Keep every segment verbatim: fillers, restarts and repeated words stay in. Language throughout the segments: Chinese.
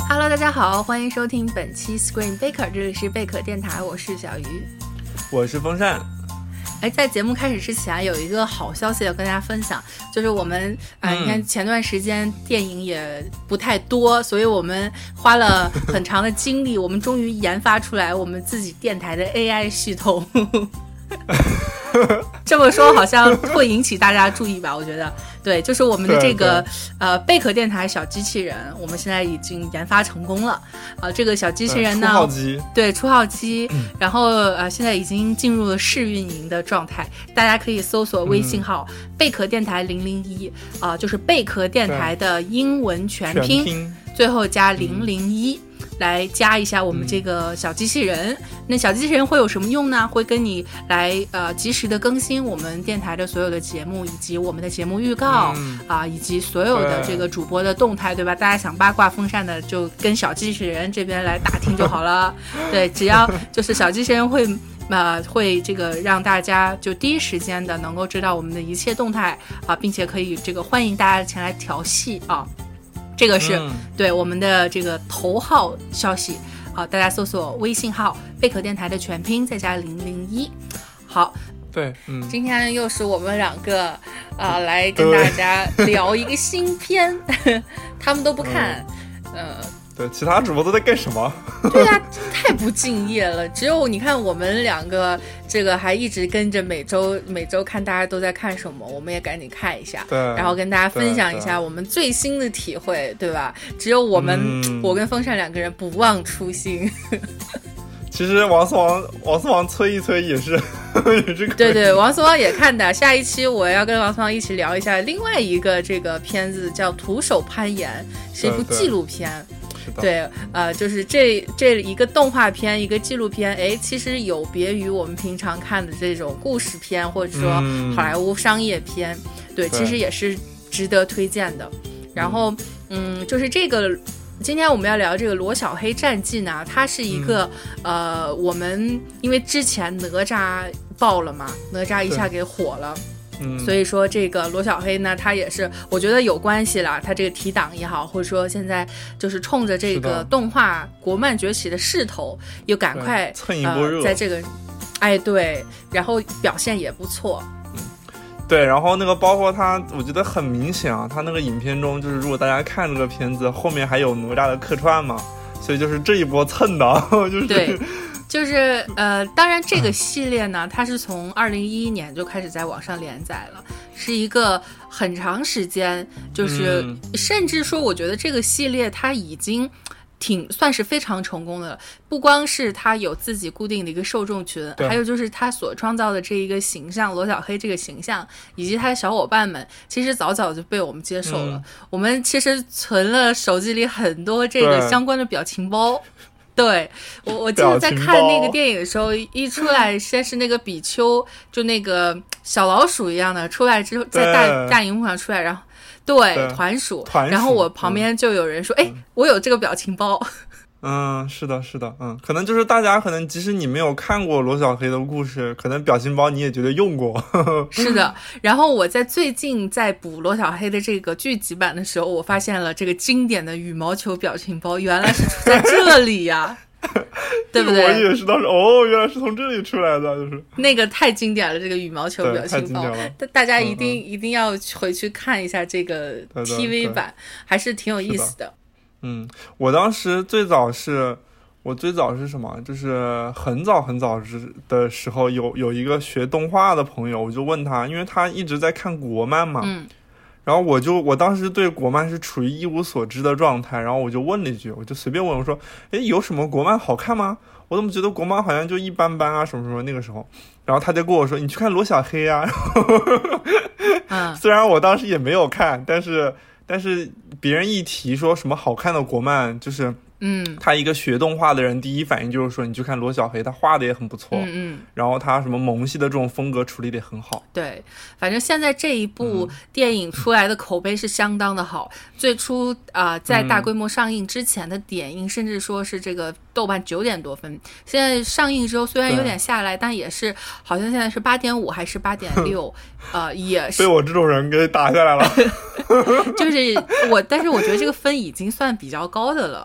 Hello， 大家好，欢迎收听本期 Screen Baker， 这里是贝壳电台，我是小鱼， 我是风扇。 哎，在节目开始之前，有一个好消息要跟大家分享，就是我们啊、呃，你看前段时间电影也不太多，所以我们花了很长的精力，我们终于研发出来我们自己电台的 A I 系统。这么说好像会引起大家注意吧？我觉得对，就是我们的这个呃贝壳电台小机器人，我们现在已经研发成功了。啊、呃，这个小机器人呢， 初号机， 对，初号机，嗯、然后呃现在已经进入了试运营的状态，大家可以搜索微信号、嗯、贝壳电台零零一啊，就是贝壳电台的英文全拼， 全拼最后加零零一。来加一下我们这个小机器人、嗯、那小机器人会有什么用呢？会跟你来呃及时的更新我们电台的所有的节目，以及我们的节目预告、嗯、啊，以及所有的这个主播的动态，对吧？大家想八卦风扇的就跟小机器人这边来打听就好了。对，只要就是小机器人会呃会这个让大家就第一时间的能够知道我们的一切动态啊，并且可以这个欢迎大家前来调戏啊。这个是、嗯、对我们的这个头号消息啊，大家搜索微信号贝壳电台的全拼再加零零一。好， 对，嗯， 今天又是我们两个啊、呃、来跟大家聊一个新片，他们都不看，嗯、呃。 对，其他主播都在干什么？ 对呀、啊，太不敬业了。只有你看我们两个，这个还一直跟着每周每周看大家都在看什么，我们也赶紧看一下， 对， 然后跟大家分享一下我们最新的体会，对吧？只有我们、嗯，我跟风扇两个人不忘初心。 其实王思王王思王催一催也是也是对对，王思王也看的。下一期我要跟王思王一起聊一下另外一个这个片子，叫《徒手攀岩》，是一部纪录片。对，呃，就是这这一个动画片，一个纪录片，哎，其实有别于我们平常看的这种故事片，或者说好莱坞商业片，嗯、对，其实也是值得推荐的。然后，嗯，就是这个。今天我们要聊这个罗小黑战记呢，它是一个、嗯、呃，我们因为之前哪吒爆了嘛，哪吒一下给火了。嗯，所以说这个罗小黑呢，他也是我觉得有关系啦，他这个提档也好，或者说现在就是冲着这个动画国漫崛起的势头，又赶快蹭一波热、 呃，在这个，哎对，然后表现也不错。 对，然后那个包括他，我觉得很明显啊，他那个影片中就是如果大家看这个片子，后面还有哪吒的客串嘛，所以就是这一波蹭的，就是对。就是呃，当然这个系列呢，它是从二零一一年就开始在网上连载了，是一个很长时间，就是、嗯、甚至说，我觉得这个系列它已经挺算是非常成功的了。不光是它有自己固定的一个受众群，还有就是它所创造的这一个形象，罗小黑这个形象，以及他的小伙伴们，其实早早就被我们接受了。嗯、我们其实存了手机里很多这个相关的表情包。对，我我记得在看那个电影的时候，一出来先是那个比丘，就那个小老鼠一样的出来之后，在大大荧幕上出来，然后 对, 对团鼠，然后我旁边就有人说，哎、嗯，我有这个表情包。 嗯，是的，是的，嗯，可能就是大家可能即使你没有看过罗小黑的故事，可能表情包你也觉得用过。 是的，然后我在最近在补罗小黑的这个剧集版的时候，我发现了这个经典的羽毛球表情包原来是出在这里呀、啊，对不对？ 我也是当时哦，原来是从这里出来的，就是那个太经典了，这个羽毛球表情包，大家一定、嗯、一定要回去看一下这个 T V 版，还是挺有意思的。 嗯，我当时最早是，我最早是什么？就是很早很早的时候有，有有一个学动画的朋友，我就问他，因为他一直在看国漫嘛， 嗯， 然后我就我当时对国漫是处于一无所知的状态，然后我就问了一句，我就随便问我说，诶，有什么国漫好看吗？我怎么觉得国漫好像就一般般啊，什么什么那个时候，然后他就跟我说，你去看罗小黑啊。 嗯， 虽然我当时也没有看，但是。但是别人一提说什么好看的国漫，就是嗯， 他一个学动画的人第一反应就是说你去看罗小黑，他画的也很不错， 嗯嗯， 然后他什么萌系的这种风格处理的也很好。 对，反正现在这一部电影出来的口碑是相当的好，嗯、最初啊、呃、在大规模上映之前的点映、嗯、甚至说是这个豆瓣九点多分，现在上映之后虽然有点下来，但也是好像现在是八点五还是八点六，呃，也是被我这种人给打下来了。 就是我，但是我觉得这个分已经算比较高的了。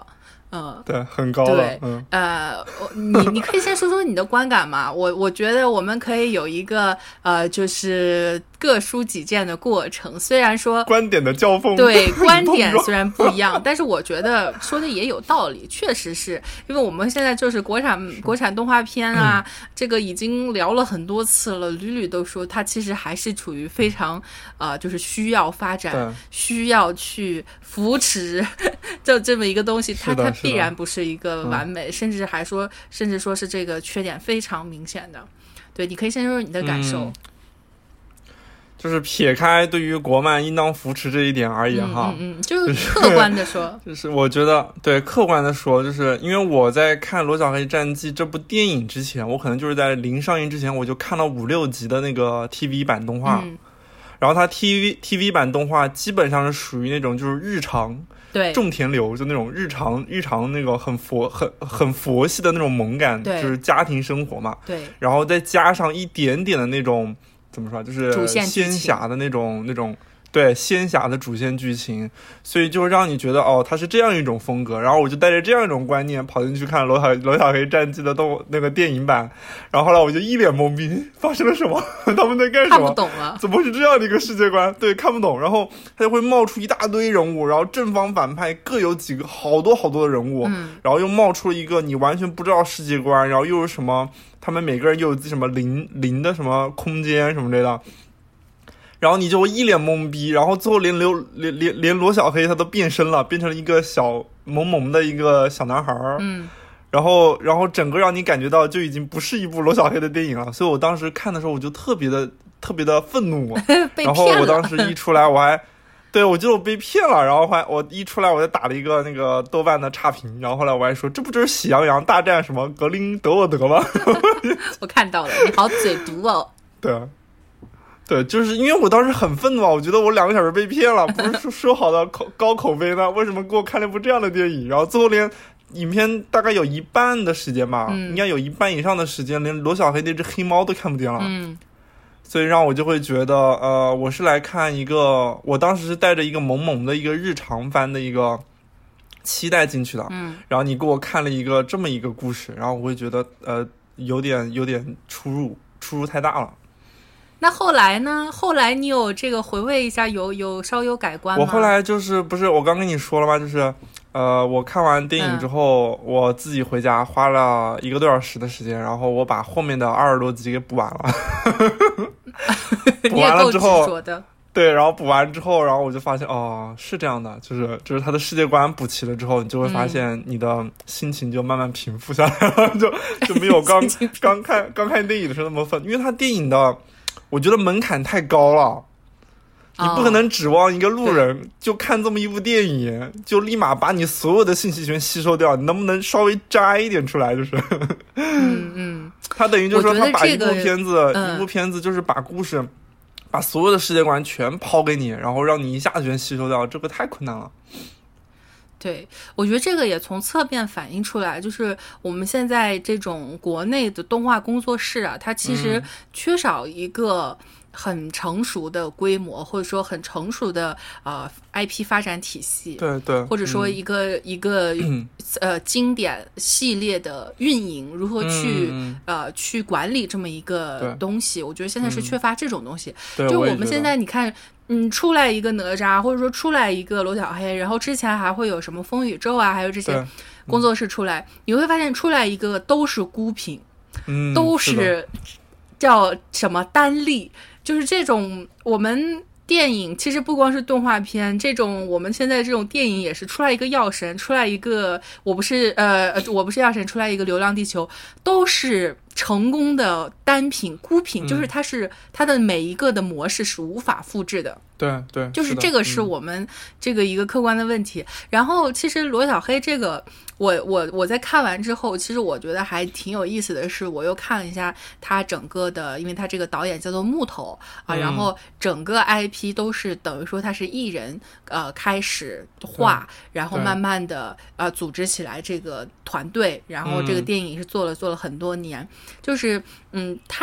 嗯， 对，很高了。 对， 嗯， 呃，你你可以先说说你的观感嘛。我我觉得我们可以有一个呃，就是各抒己见的过程。虽然说观点的交锋， 对观点虽然不一样，但是我觉得说的也有道理。确实是因为我们现在就是国产国产动画片啊、嗯，这个已经聊了很多次了，屡屡都说它其实还是处于非常呃，就是需要发展、需要去扶持就这么一个东西，它它必然不是一个完美，嗯、甚至还说，甚至说是这个缺点非常明显的。对，你可以先说说你的感受。 嗯，就是撇开对于国漫应当扶持这一点而言哈， 嗯 嗯, 嗯，就是客观的说， 就是、就是我觉得对客观的说，就是因为我在看《罗小黑战记》这部电影之前，我可能就是在零上映之前，我就看了五六集的那个 T V 版动画， 嗯、 然后它 T V T V 版动画基本上是属于那种就是日常。 对， 种田流就那种日常日常那个很佛很很佛系的那种萌感，就是家庭生活嘛。 对， 然后再加上一点点的那种怎么说，就是仙侠的那种那种对仙侠的主线剧情，所以就让你觉得哦，它是这样一种风格。然后我就带着这样一种观念跑进去看罗小罗小黑战记的动那个电影版，然后后来我就一脸懵逼，发生了什么？他们在干什么？ 看不懂了， 怎么是这样的一个世界观？对，看不懂。然后他就会冒出一大堆人物，然后正方反派各有几个好多好多的人物， 嗯， 然后又冒出了一个你完全不知道世界观，然后又有什么，他们每个人又有自己什么零零的什么空间什么之类的。然后你就一脸懵逼，然后最后连刘连连连罗小黑他都变身了，变成了一个小萌萌的一个小男孩， 嗯， 然后然后整个让你感觉到就已经不是一部罗小黑的电影了，所以我当时看的时候我就特别的特别的愤怒，然后我当时一出来我还对我觉得我被骗了，然后还我一出来我就打了一个那个豆瓣的差评，然后后来我还说这不就是喜羊羊大战什么格林德沃德吗？ 我看到了，你好嘴毒哦。 对啊。对，就是因为我当时很愤怒啊，我觉得我两个小时被骗了，不是说说好的口高口碑呢，为什么给我看了一部这样的电影？然后最后连影片大概有一半的时间吧， 嗯、 应该有一半以上的时间，连罗小黑那只黑猫都看不见了。 嗯， 所以让我就会觉得，呃，我是来看一个，我当时是带着一个萌萌的一个日常番的一个期待进去的。 嗯， 然后你给我看了一个这么一个故事，然后我会觉得，呃，有点有点出入，出入太大了。 那后来呢？后来你有这个回味一下，有有稍有改观吗？ 我后来就是不是我刚跟你说了吗？就是呃，我看完电影之后、嗯，我自己回家花了一个多小时的时间，然后我把后面的二十多集给补完了。补完了之后，对，然后补完之后，然后我就发现哦，是这样的，就是就是他的世界观补齐了之后，你就会发现你的心情就慢慢平复下来了，就就没有刚刚看刚看电影的时候那么愤，因为他电影的。我觉得门槛太高了，你不可能指望一个路人就看这么一部电影、哦、就立马把你所有的信息全吸收掉，你能不能稍微摘一点出来？就是嗯嗯， 他等于就是说他把一部片子、 这个、 一部片子就是把故事、嗯、把所有的世界观全抛给你，然后让你一下子全吸收掉，这个太困难了。 对，我觉得这个也从侧面反映出来，就是我们现在这种国内的动画工作室啊，它其实缺少一个很成熟的规模，或者说很成熟的呃 I P 发展体系， 对对， 或者说一个、嗯、一个呃经典系列的运营，如何去、 嗯、 呃去管理这么一个东西，我觉得现在是缺乏这种东西。 嗯、 就我们现在你看。嗯，出来一个哪吒，或者说出来一个罗小黑，然后之前还会有什么风宇宙啊，还有这些工作室出来，你会发现出来一个都是孤品， 嗯， 都是叫什么单立，就是这种我们。电影其实不光是动画片，这种我们现在这种电影也是出来一个药神，出来一个我不是呃我不是药神，出来一个流浪地球，都是成功的单品孤品、嗯、就是它是它的每一个的模式是无法复制的。 对对， 就是这个是我们这个一个客观的问题。嗯、然后其实罗小黑这个我我我在看完之后，其实我觉得还挺有意思的是，我又看了一下他整个的，因为他这个导演叫做木头啊、嗯，然后整个 I P 都是等于说他是艺人呃开始画，然后慢慢的呃组织起来这个团队，然后这个电影是做了、嗯、做了很多年，就是嗯他。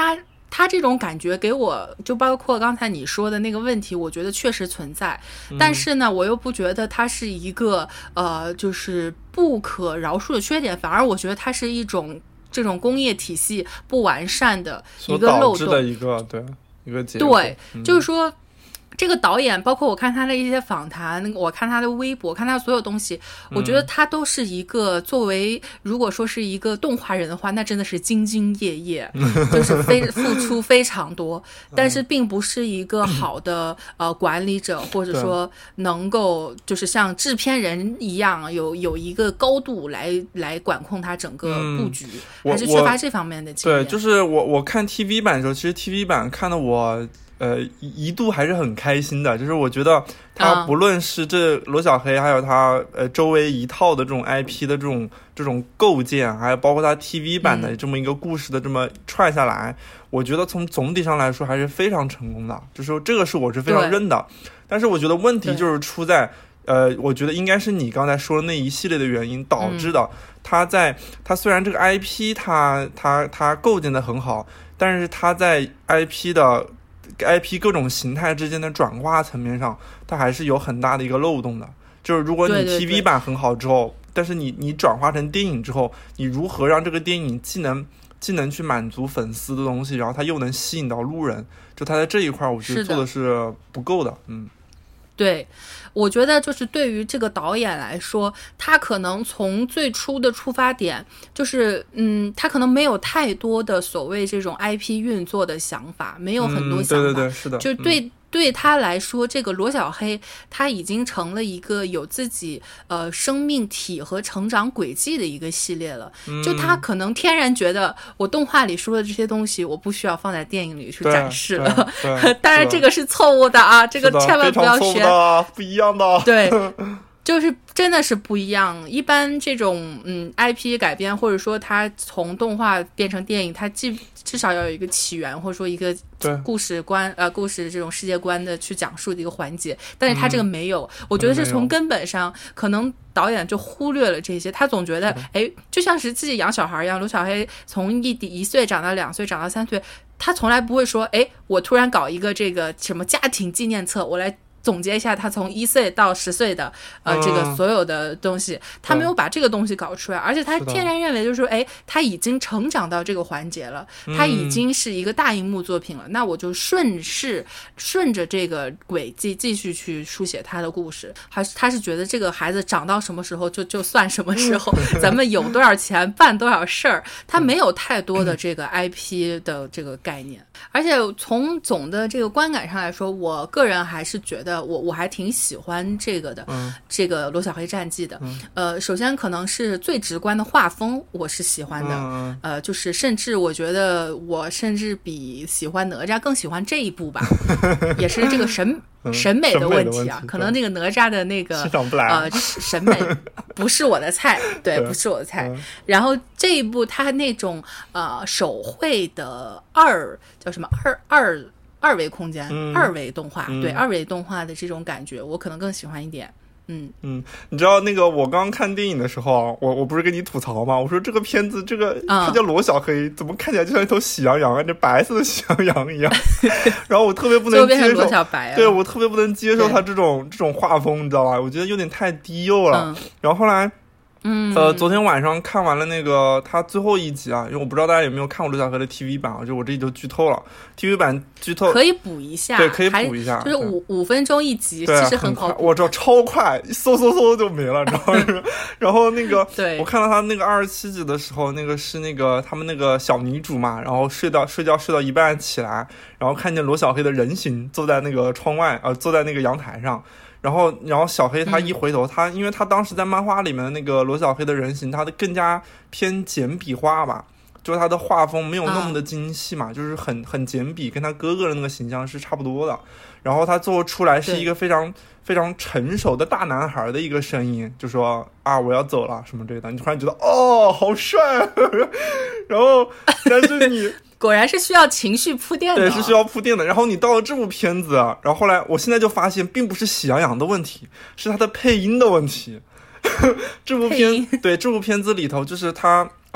他这种感觉给我，就包括刚才你说的那个问题，我觉得确实存在。但是呢，我又不觉得它是一个呃，就是不可饶恕的缺点，反而我觉得它是一种这种工业体系不完善的一个漏洞的一个对一个结果。 对，嗯、就是说。这个导演，包括我看他的一些访谈，我看他的微博，看他所有东西，我觉得他都是一个作为，如果说是一个动画人的话，那真的是兢兢业业，就是非付出非常多，但是并不是一个好的呃管理者，或者说能够就是像制片人一样有有一个高度来来管控他整个布局，嗯、还是缺乏这方面的经验。 对，就是我我看 T V 版的时候，其实 T V 版看的我。呃，一度还是很开心的，就是我觉得他不论是这罗小黑，还有他呃周围一套的这种 I P 的这种这种构建，还有包括他 T V 版的这么一个故事的这么串下来，嗯、我觉得从总体上来说还是非常成功的，就是说这个是我是非常认的。但是我觉得问题就是出在，呃，我觉得应该是你刚才说的那一系列的原因导致的。嗯、他在他虽然这个 I P 他他他构建的很好，但是他在 I P 的I P 各种形态之间的转化层面上，它还是有很大的一个漏洞的。就是如果你 T V 版很好之后，对对对但是你你转化成电影之后，你如何让这个电影既能既能去满足粉丝的东西，然后它又能吸引到路人，就它在这一块我觉得做的是不够的。嗯， 对，我觉得就是对于这个导演来说，他可能从最初的出发点就是，嗯，他可能没有太多的所谓这种 I P 运作的想法，没有很多想法， 嗯、对对对，是的， 就对。嗯对他来说，这个罗小黑他已经成了一个有自己呃生命体和成长轨迹的一个系列了。 嗯、 就他可能天然觉得我动画里说的这些东西，我不需要放在电影里去展示了。当然这个是错误的啊，这个千万不要学， 不一样的。 对。就是真的是不一样。一般这种嗯 I P 改编，或者说它从动画变成电影，它既至少要有一个起源，或者说一个故事观呃故事这种世界观的去讲述的一个环节。但是它这个没有，嗯、我觉得是从根本上可能导演就忽略了这些。他总觉得哎，就像是自己养小孩一样，罗小黑从一一岁长到两岁，长到三岁，他从来不会说哎，我突然搞一个这个什么家庭纪念册，我来。总结一下他从一岁到十岁的呃这个所有的东西，他没有把这个东西搞出来，而且他天然认为就是说，哎，他已经成长到这个环节了，他已经是一个大荧幕作品了，那我就顺势顺着这个轨迹继续去书写他的故事。还是他是觉得这个孩子长到什么时候就就算什么时候，咱们有多少钱办多少事儿，他没有太多的这个 I P 的这个概念。而且从总的这个观感上来说，我个人还是觉得我我还挺喜欢这个的， 嗯、 这个罗小黑战记的。 嗯、 呃，首先可能是最直观的画风，我是喜欢的。 嗯、 呃，就是甚至我觉得我甚至比喜欢哪吒更喜欢这一部吧，也是这个审。审美的问题啊，可能那个哪吒的那个呃审美不是我的菜，对，不是我的菜。 嗯、 然后这一部它那种呃手绘的二叫什么二二二维空间、 嗯、 二维动画， 嗯、 对，二维动画的这种感觉，我可能更喜欢一点。嗯嗯，你知道那个我刚看电影的时候，我我不是跟你吐槽吗？我说这个片子这个它叫罗小黑，嗯、怎么看起来就像一头喜羊羊啊，这白色的喜羊羊一样。然后我特别不能接受， 罗小白、啊、 对我特别不能接受他这种这种画风，你知道吧？我觉得有点太低幼了。 嗯、 然后后来。 嗯， 呃，昨天晚上看完了那个他最后一集啊，因为我不知道大家有没有看过罗小黑的 T V 版啊，就我这里就剧透了 ，T V 版剧透可以补一下， 对，可以补一下， 就是五五分钟一集， 其实很好， 我知道超快，嗖嗖嗖就没了，你知道吗？然后那个， 对， 我看到他那个二十七集的时候，那个是那个他们那个小女主嘛，然后睡到睡觉睡到一半起来，然后看见罗小黑的人形坐在那个窗外，呃，坐在那个阳台上。然后，然后小黑他一回头，嗯、他因为他当时在漫画里面的那个罗小黑的人形，他的更加偏简笔画吧，就是他的画风没有那么的精细嘛，啊、就是很很简笔，跟他哥哥的那个形象是差不多的。然后他做出来是一个非常非常成熟的大男孩的一个声音，就说啊我要走了什么之类的，你突然觉得哦好帅，然后但是你。 果然是需要情绪铺垫的， 对，是需要铺垫的。然后你到了这部片子，然后后来我现在就发现，并不是喜羊羊的问题，是他的配音的问题。这部片对这部片子里头，就是他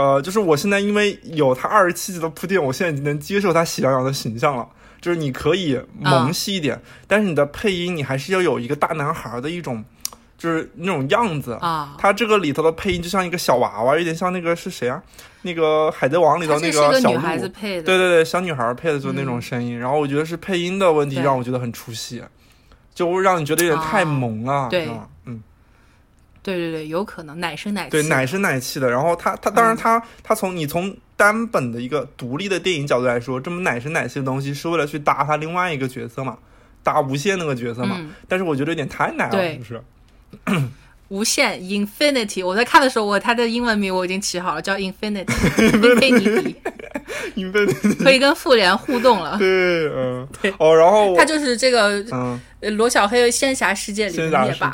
呃，就是我现在因为有他二十七集的铺垫，我现在已经能接受他喜羊羊的形象了。就是你可以萌系一点，嗯、但是你的配音你还是要有一个大男孩的一种，就是那种样子啊。 他这个里头的配音就像一个小娃娃，有点像那个是谁啊？那个海贼王里头那个小鹿， 女孩子配的， 对对对，小女孩配的就是那种声音。嗯、然后我觉得是配音的问题让我觉得很出戏，就让你觉得有点太萌了， 啊、对， 嗯。 对对对，有可能奶声奶气， 对奶声奶气的。然后他他当然他、嗯、他从你从单本的一个独立的电影角度来说，这么奶声奶气的东西是为了去搭他另外一个角色嘛，搭无限那个角色嘛。嗯、但是我觉得有点太奶了，是不是？ 无限 Infinity， 我在看的时候，我他的英文名我已经起好了，叫 Infinity， 英菲尼迪。 Infinity 可以跟复联互动了。 对，嗯， 对哦，然后他就是这个， 嗯， 罗小黑仙侠世界里的灭霸。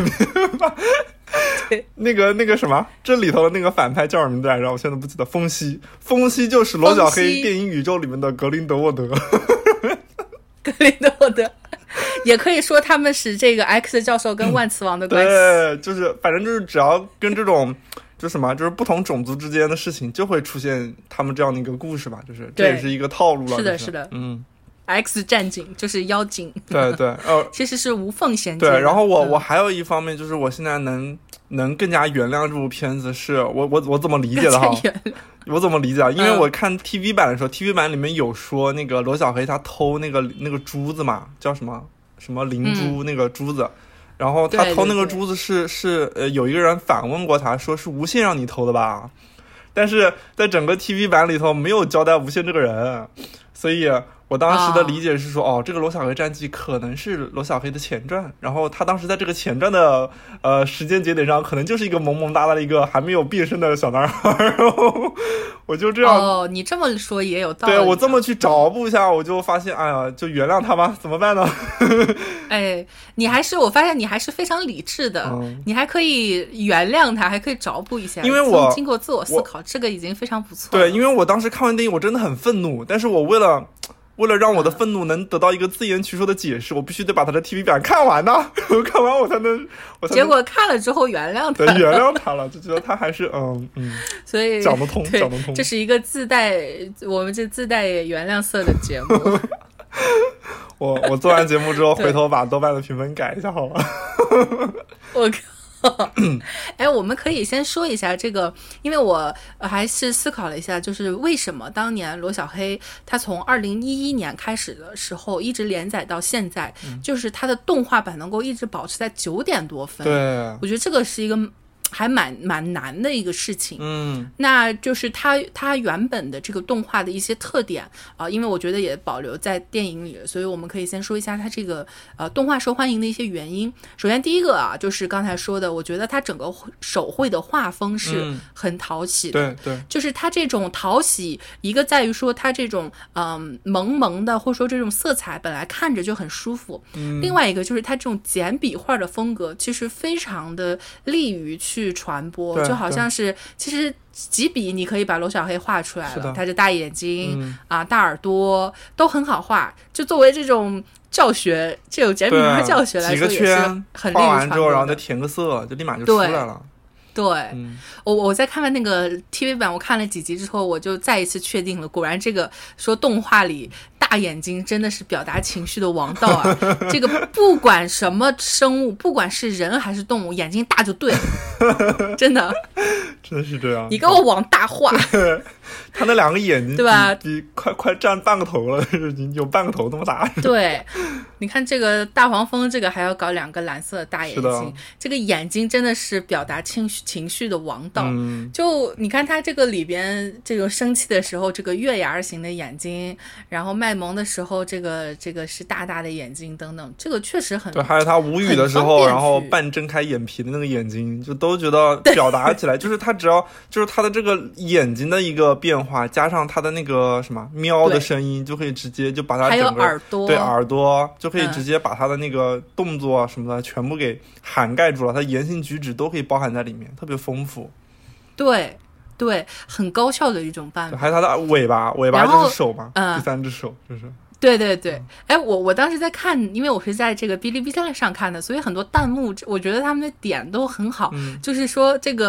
对，那个那个什么，这里头的那个反派叫什么名字来着？我现在不记得。风息，风息就是罗小黑电影宇宙里面的格林德沃德。 格林德沃德，也可以说他们是这个 X 教授跟万磁王的关系。 对，就是反正就是只要跟这种就什么，就是不同种族之间的事情，就会出现他们这样的一个故事吧。就是这也是一个套路了。 是的， 就是的， 嗯。 X 战警就是妖精， 对对，呃， 其实是无缝衔接的。 对，然后我、 嗯、 我还有一方面就是我现在能能更加原谅这部片子，是我我我怎么理解的哈？我怎么理解啊？因为我看 T V 版的时候、嗯、，T V 版里面有说那个罗小黑他偷那个那个珠子嘛，叫什么什么灵珠、嗯、那个珠子，然后他偷那个珠子是是呃有一个人反问过他说是无限让你偷的吧？但是在整个 T V 版里头没有交代无限这个人，所以。我当时的理解是说，哦，哦这个罗小黑战记可能是罗小黑的前传，然后他当时在这个前传的呃时间节点上，可能就是一个萌萌哒哒的一个还没有变身的小男孩，然后我就这样。 哦，你这么说也有道理。 对，我这么去找补一下，我就发现，哎呀，就原谅他吧，怎么办呢？ 哎，你还是我发现你还是非常理智的，嗯、你还可以原谅他，还可以找补一下， 因为我经过自我思考，这个已经非常不错。 对，因为我当时看完电影，我真的很愤怒，但是我为了。为了让我的愤怒能得到一个自圆其说的解释，我必须得把他的 T V 版看完呢，看完我才能，我才能结果看了之后原谅他， 对，原谅他了，就觉得他还是嗯嗯， 所以讲得通，讲得通。 这是一个自带我们这自带原谅色的节目。 我我做完节目之后，回头把豆瓣的评分改一下好了。 我靠。哎，我们可以先说一下这个，因为我还是思考了一下，就是为什么当年罗小黑他从二零一一年开始的时候一直连载到现在，嗯、就是他的动画版能够一直保持在九点多分。 对， 我觉得这个是一个还蛮蛮难的一个事情。 嗯， 那就是它它原本的这个动画的一些特点啊、呃，因为我觉得也保留在电影里，所以我们可以先说一下它这个呃动画受欢迎的一些原因。首先第一个啊，就是刚才说的，我觉得它整个手绘的画风是很讨喜的。 嗯、对对， 就是它这种讨喜，一个在于说它这种嗯、呃、萌萌的，或者说这种色彩本来看着就很舒服。 嗯， 另外一个就是它这种简笔画的风格，其实非常的利于去传播，就好像是其实几笔你可以把罗小黑画出来了，他的大眼睛、嗯、啊大耳朵都很好画，就作为这种教学这种简笔画教学来说也是很利于传播的。 画完之后然后再填个色就立马就出来了。 对，嗯、我我在看完那个 T V 版，我看了几集之后，我就再一次确定了，果然这个说动画里大眼睛真的是表达情绪的王道啊！这个不管什么生物，不管是人还是动物，眼睛大就对了，真的， 真的是这样。 你给我往大画， 他那两个眼睛对吧？ 比快快占半个头了，有半个头那么大。 对，你看这个大黄蜂，这个还要搞两个蓝色的大眼睛，这个眼睛真的是表达情绪情绪的王道。 嗯、 就你看他这个里边，这个生气的时候，这个月牙形的眼睛，然后卖萌的时候，这个这个是大大的眼睛等等，这个确实很对。还有他无语的时候，然后半睁开眼皮的那个眼睛，就都觉得表达起来，就是他只要就是他的这个眼睛的一个变化，加上他的那个什么喵的声音，就可以直接就把他整个还有耳朵对耳朵就可以直接把他的那个动作什么的全部给涵盖住了，他言行举止都可以包含在里面，特别丰富。 对对，很高效的一种办法。 还有他的尾巴，尾巴就是手嘛，嗯、第三只手就是。 对对对，哎，我我当时在看，因为我是在这个哔哩哔哩上看的，所以很多弹幕，我觉得他们的点都很好， 嗯、 就是说这个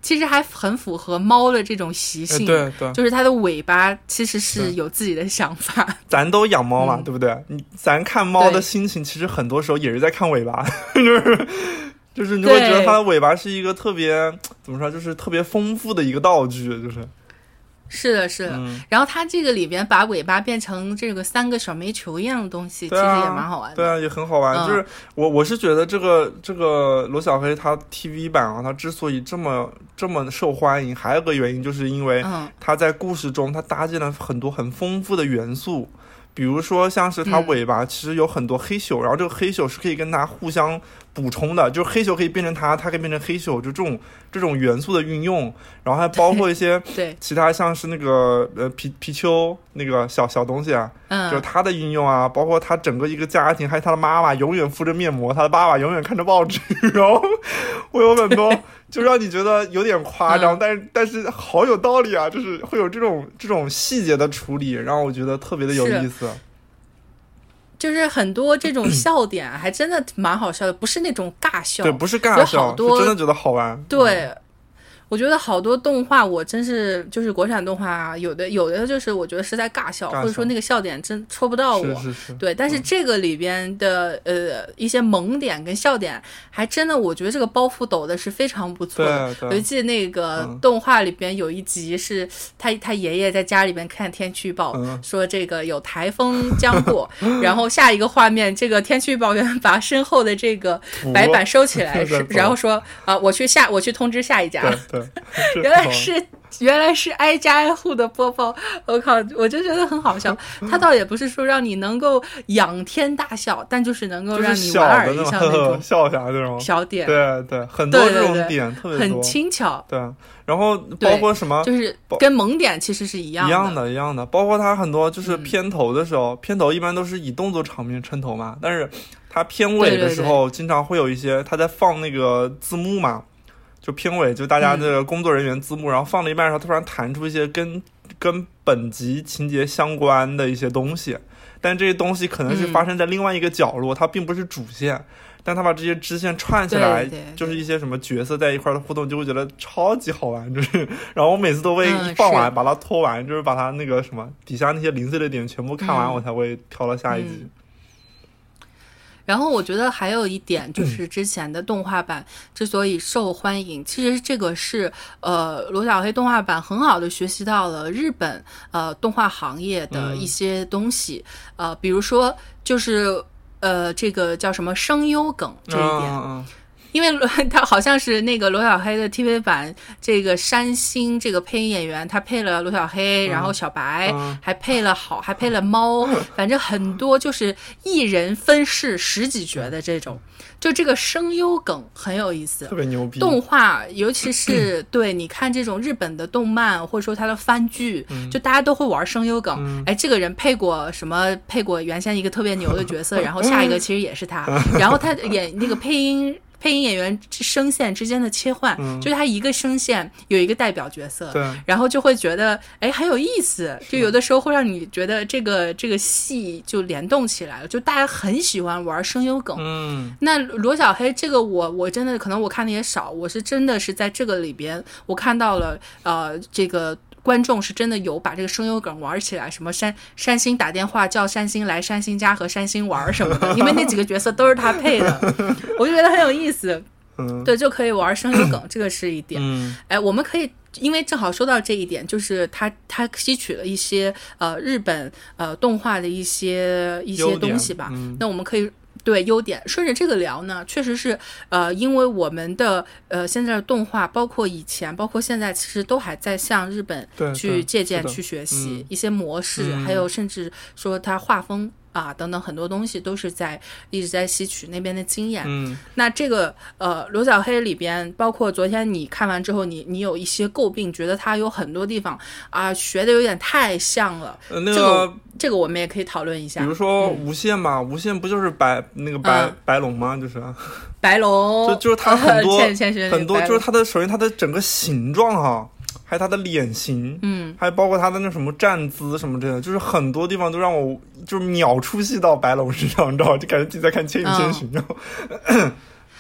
其实还很符合猫的这种习性， 对对， 就是它的尾巴其实是有自己的想法。 咱都养猫嘛， 嗯、 对不对？你咱看猫的心情，其实很多时候也是在看尾巴，就是就是你会觉得它的尾巴是一个特别怎么说，就是特别丰富的一个道具，就是。 是的，是的、嗯。然后它这个里边把尾巴变成这个三个小煤球一样的东西， 啊、 其实也蛮好玩的。 对啊，也很好玩。嗯、就是我我是觉得这个这个罗小黑它 T V 版啊，它之所以这么这么受欢迎，还有个原因就是因为它在故事中它搭建了很多很丰富的元素。比如说像是它尾巴其实有很多黑咻、嗯、然后这个黑咻是可以跟它互相补充的，就是黑咻可以变成它，它可以变成黑咻，就这种这种元素的运用，然后还包括一些其他像是那个呃皮皮丘那个小小东西啊，嗯，就是它的运用啊，包括它整个一个家庭，还有它的妈妈永远敷着面膜，它的爸爸永远看着报纸，然后会有很多就让你觉得有点夸张，嗯、但是但是好有道理啊，就是会有这种这种细节的处理，让我觉得特别的有意思。 就是很多这种笑点还真的蛮好笑的，不是那种尬笑， 对，不是尬笑， 好多是真的觉得好玩。 对。嗯，我觉得好多动画我真是就是国产动画啊，有的有的就是我觉得是在尬笑，或者说那个笑点真戳不到我。 是是是。 对，但是这个里边的、嗯、呃一些萌点跟笑点，还真的我觉得这个包袱抖的是非常不错的。 对对。 我记得那个动画里边有一集是他他爷爷在家里边看天气预报，嗯、说这个有台风将过，然后下一个画面这个天气预报员把身后的这个白板收起来，然后说啊、呃、我去下我去通知下一家。 对对。 原来是原来是挨家挨户的播报，我靠，我就觉得很好笑。他倒也不是说让你能够仰天大笑，但就是能够让你莞尔一笑那种笑一下这种小点。 对对，很多这种点特别多， 很轻巧。 对，然后包括什么， 就是跟萌点其实是一样的， 一样的，一样的。包括他很多就是片头的时候，嗯、片头一般都是以动作场面撑头嘛，但是他片尾的时候，经常会有一些他在放那个字幕嘛。就片尾就大家的工作人员字幕、嗯、然后放了一半的时候突然弹出一些跟跟本集情节相关的一些东西，但这些东西可能是发生在另外一个角落、嗯、它并不是主线，但他把这些支线串起来，就是一些什么角色在一块的互动，就会觉得超级好玩，就是然后我每次都会一放完、嗯、把它拖完，就是把它那个什么底下那些零碎的点全部看完、嗯、我才会跳到下一集、嗯然后我觉得还有一点就是之前的动画版之所以受欢迎，其实这个是呃罗小黑动画版很好的学习到了日本呃动画行业的一些东西、嗯、呃比如说就是呃这个叫什么声优梗这一点、嗯嗯因为他好像是那个罗小黑的 T V 版，这个山星这个配音演员，他配了罗小黑，然后小白， 嗯、 还配了好，还配了猫，反正很多就是一人分饰十几角的这种。就这个声优梗很有意思， 特别牛逼。 动画，尤其是对你看这种日本的动漫，或者说它的番剧， 嗯、 就大家都会玩声优梗。 嗯、 哎，这个人配过什么？配过原先一个特别牛的角色，然后下一个其实也是他，然后他演那个配音。配音演员声线之间的切换、嗯、就是他一个声线有一个代表角色， 对， 然后就会觉得哎很有意思，就有的时候会让你觉得这个这个戏就联动起来了，就大家很喜欢玩声优梗。 嗯， 那罗小黑这个我我真的可能我看的也少，我是真的是在这个里边我看到了呃这个观众是真的有把这个声优梗玩起来，什么山山星打电话叫山星来山星家和山星玩什么的，因为那几个角色都是他配的，我就觉得很有意思。 嗯， 对，就可以玩声优梗，这个是一点。 嗯， 哎，我们可以。因为正好说到这一点，就是他他吸取了一些呃日本呃动画的一些一些东西吧、 嗯、 那我们可以对优点顺着这个聊呢，确实是呃因为我们的呃现在的动画包括以前包括现在其实都还在向日本去借鉴去学习、嗯、一些模式、嗯、还有甚至说它画风啊，等等很多东西都是在一直在吸取那边的经验。 嗯， 那这个呃罗小黑里边，包括昨天你看完之后，你你有一些诟病，觉得它有很多地方啊学的有点太像了。 呃，那个、 这个这个我们也可以讨论一下。 比如说无限吧，嗯、无限不就是白那个白、嗯、白龙吗？就是白龙， 就就是它很多、 呃、 很多，就是它的首先它的整个形状哈。还有他的脸型， 嗯， 还包括他的那什么站姿什么之类的，就是很多地方都让我就是秒出戏到白龙身上，你知道，就感觉自己在看《千与千寻》。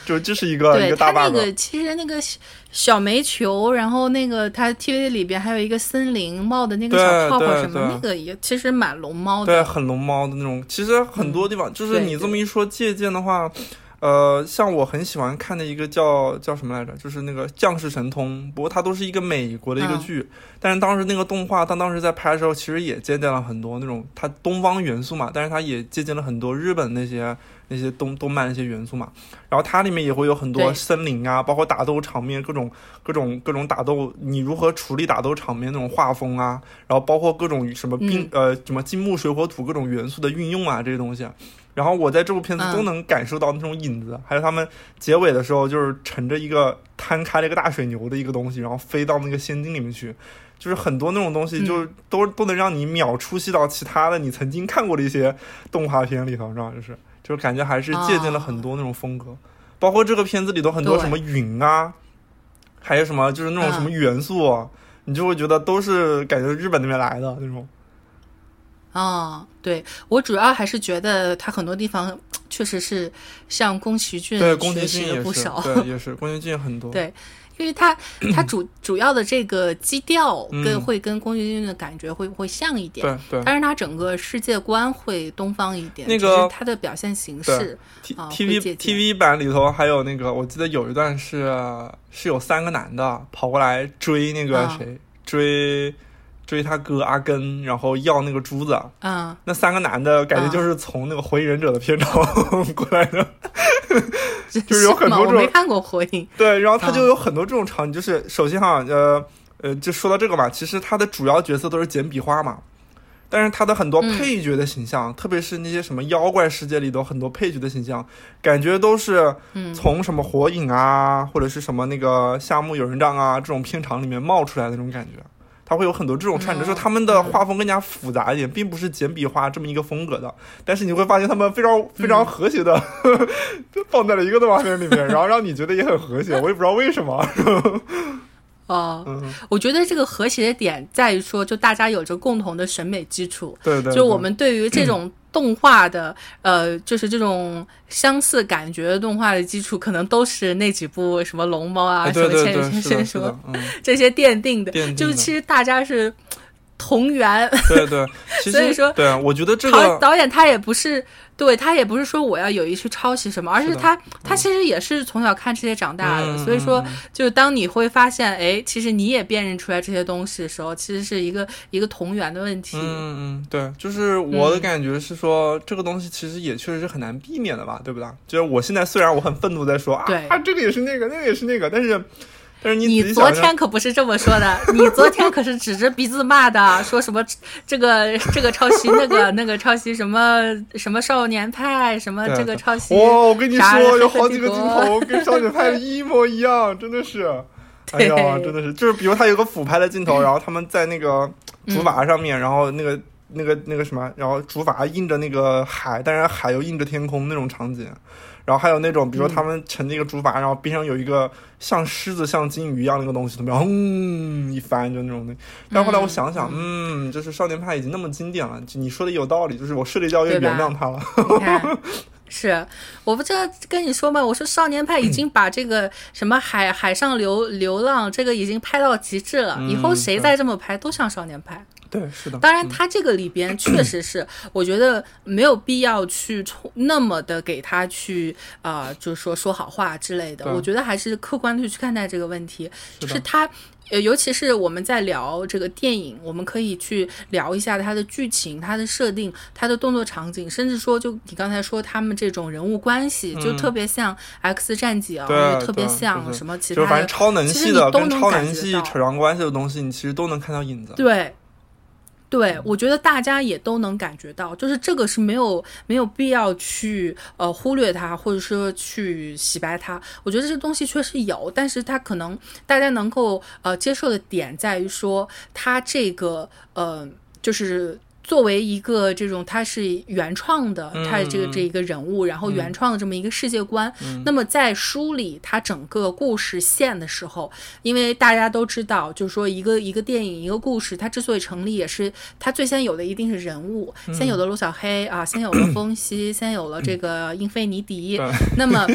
就这是一个一个大 bug。 对，它那个其实那个小煤球，然后那个它 T V 里边还有一个森林冒的那个小泡泡什么，那个也其实蛮龙猫的， 对，很龙猫的那种。其实很多地方、嗯、就是你这么一说借鉴的话。呃，像我很喜欢看的一个叫叫什么来着，就是那个《降世神通》，不过它都是一个美国的一个剧，嗯、但是当时那个动画，它当时在拍的时候，其实也借鉴了很多那种它东方元素嘛，但是它也借鉴了很多日本那些那些动动漫那些元素嘛。然后它里面也会有很多森林啊，包括打斗场面，各种各种各种打斗，你如何处理打斗场面那种画风啊，然后包括各种什么冰、嗯、呃什么金木水火土各种元素的运用啊，这些东西。然后我在这部片子都能感受到那种影子、嗯、还有他们结尾的时候就是乘着一个摊开了一个大水牛的一个东西，然后飞到那个仙境里面去，就是很多那种东西就都、嗯、都能让你秒出戏到其他的你曾经看过的一些动画片里头，知道吗？就是就是感觉还是借鉴了很多那种风格、哦、包括这个片子里头很多什么云啊，还有什么就是那种什么元素啊、嗯、你就会觉得都是感觉日本那边来的那种。 哦，对，我主要还是觉得他很多地方确实是向宫崎骏学习了不少， 对，也是宫崎骏很多， 对，因为他他主主要的这个基调跟、嗯、会跟宫崎骏的感觉会会像一点， 对对， 但是他整个世界观会东方一点， 那个他的表现形式 T、啊、T V T V 版里头还有那个，我记得有一段是是有三个男的跑过来追那个谁、啊、追。追他哥阿根，然后要那个珠子， 嗯， 那三个男的感觉就是从那个火影忍者的片场、嗯、过来的，就是有很多这种， 我没看过火影， 对，然后他就有很多这种场景、嗯、就是首先哈，呃呃，就说到这个嘛，其实他的主要角色都是简笔画嘛，但是他的很多配角的形象、嗯、特别是那些什么妖怪世界里头很多配角的形象，感觉都是从什么火影啊、嗯、或者是什么那个夏目友人帐啊这种片场里面冒出来的那种感觉，它会有很多这种串着，就是他们的画风更加复杂一点，并不是简笔画这么一个风格的，但是你会发现他们非常非常和谐的、嗯、放在了一个动画片里面，然后让你觉得也很和谐，我也不知道为什么。 哦、嗯，我觉得这个和谐的点在于说，就大家有着共同的审美基础， 对 对, 对， 就我们对于这种动画的、嗯、呃，就是这种相似感觉的动画的基础，可能都是那几部什么龙猫啊， 哎、对对对什么千与千寻什么、 嗯、 这些奠定的， 奠定的就是其实大家是同源， 对对，其实所以说， 对，我觉得这个导演他也不是。对，他也不是说我要有意去抄袭什么，而是他是他其实也是从小看这些长大的、嗯、所以说就当你会发现哎，其实你也辨认出来这些东西的时候，其实是一个一个同源的问题。 嗯嗯，对，就是我的感觉是说、嗯、这个东西其实也确实是很难避免的吧，对不对？就是我现在虽然我很愤怒在说啊啊这个也是那个那个也是那个，但是但是 你, 你昨天可不是这么说的，你昨天可是指着鼻子骂的，说什么这个这个抄袭那个那个抄袭什么什么少年派什么这个抄袭。 哇，我跟你说有好几个镜头跟少年派的一模一样，真的是。哎呀，真的是，就是比如他有个俯拍的镜头，然后他们在那个竹筏上面，嗯、然后那个那个那个什么，然后竹筏映着那个海，但是海又映着天空那种场景。然后还有那种比如说他们乘那个竹筏、嗯、然后边上有一个像狮子像金鱼一样那个东西，然后嗯一翻就那种的。但后来我想想 嗯, 嗯就是少年派已经那么经典了，你说的有道理，就是我睡了一觉又原谅他了。 是我不知道跟你说嘛，我说少年派已经把这个什么海海上流流浪这个已经拍到极致了、嗯、以后谁再这么拍都像少年派。 对，是的。 当然他这个里边确实是、嗯、我觉得没有必要去那么的给他去啊、呃，就是说说好话之类的，我觉得还是客观的去看待这个问题，就是他呃，尤其是我们在聊这个电影，我们可以去聊一下它的剧情、它的设定、它的动作场景，甚至说就你刚才说他们这种人物关系、嗯、就特别像 X 战警啊，也特别像什么其他的， 就反正超能系的跟超能系扯上关系的东西，你其实都能看到影子。 对对，我觉得大家也都能感觉到，就是这个是没有没有必要去呃忽略它，或者说去洗白它。我觉得这个东西确实有，但是它可能大家能够呃接受的点在于说，它这个呃就是作为一个这种它是原创的，它这个这一个人物，然后原创的这么一个世界观，嗯、那么在梳理它整个故事线的时候，因为大家都知道，就是说一个一个电影一个故事，它之所以成立，也是它最先有的一定是人物，嗯、先有了罗小黑啊，先有了风息，先有了这个英菲尼迪，那么